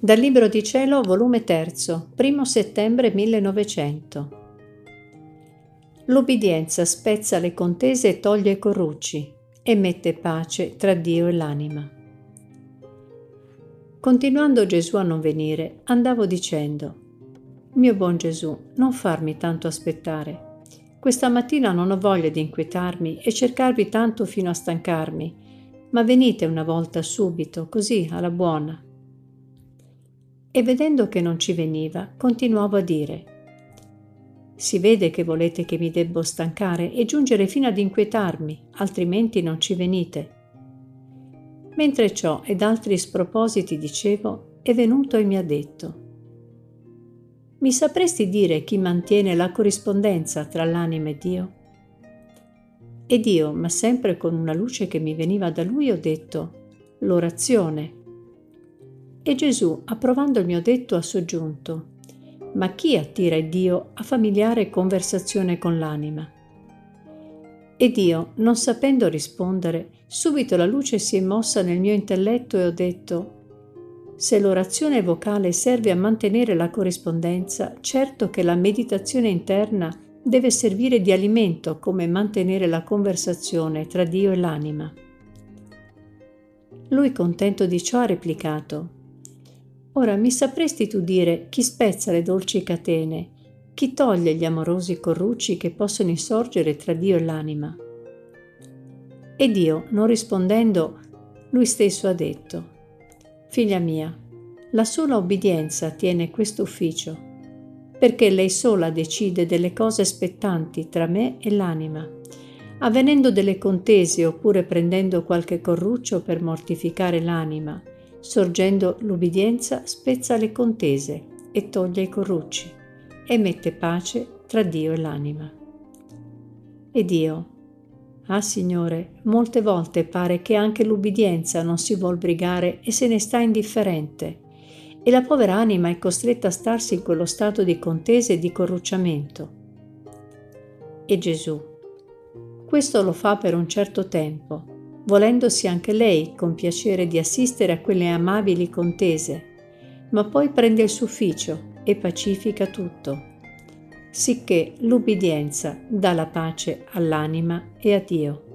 Dal Libro di Cielo, volume 3, 1 settembre 1900. L'ubbidienza spezza le contese e toglie i corrucci e mette pace tra Dio e l'anima. Continuando Gesù a non venire, andavo dicendo: mio buon Gesù, non farmi tanto aspettare. Questa mattina non ho voglia di inquietarmi e cercarvi tanto fino a stancarmi, ma venite una volta subito, così alla buona. E vedendo che non ci veniva, continuavo a dire: si vede che volete che mi debbo stancare e giungere fino ad inquietarmi, altrimenti non ci venite. Mentre ciò ed altri spropositi dicevo, è venuto e mi ha detto: mi sapresti dire chi mantiene la corrispondenza tra l'anima e Dio? Ed io, ma sempre con una luce che mi veniva da lui, ho detto: l'orazione. E Gesù, approvando il mio detto, ha soggiunto: ma chi attira Dio a familiare conversazione con l'anima? Ed io, non sapendo rispondere, subito la luce si è mossa nel mio intelletto e ho detto: se l'orazione vocale serve a mantenere la corrispondenza, certo che la meditazione interna deve servire di alimento come mantenere la conversazione tra Dio e l'anima. Lui, contento di ciò, ha replicato: ora mi sapresti tu dire chi spezza le dolci catene, chi toglie gli amorosi corrucci che possono insorgere tra Dio e l'anima? Ed io, non rispondendo, lui stesso ha detto: figlia mia, la sola obbedienza tiene questo ufficio, perché lei sola decide delle cose spettanti tra me e l'anima. Avvenendo delle contese oppure prendendo qualche corruccio per mortificare l'anima, sorgendo l'ubbidienza spezza le contese e toglie i corrucci e mette pace tra Dio e l'anima. Ed io: ah Signore, molte volte pare che anche l'ubbidienza non si vuol brigare e se ne sta indifferente, e la povera anima è costretta a starsi in quello stato di contese e di corrucciamento. E Gesù: questo lo fa per un certo tempo, volendosi anche lei compiacere di assistere a quelle amabili contese, ma poi prende il sufficio e pacifica tutto, sicché l'ubbidienza dà la pace all'anima e a Dio.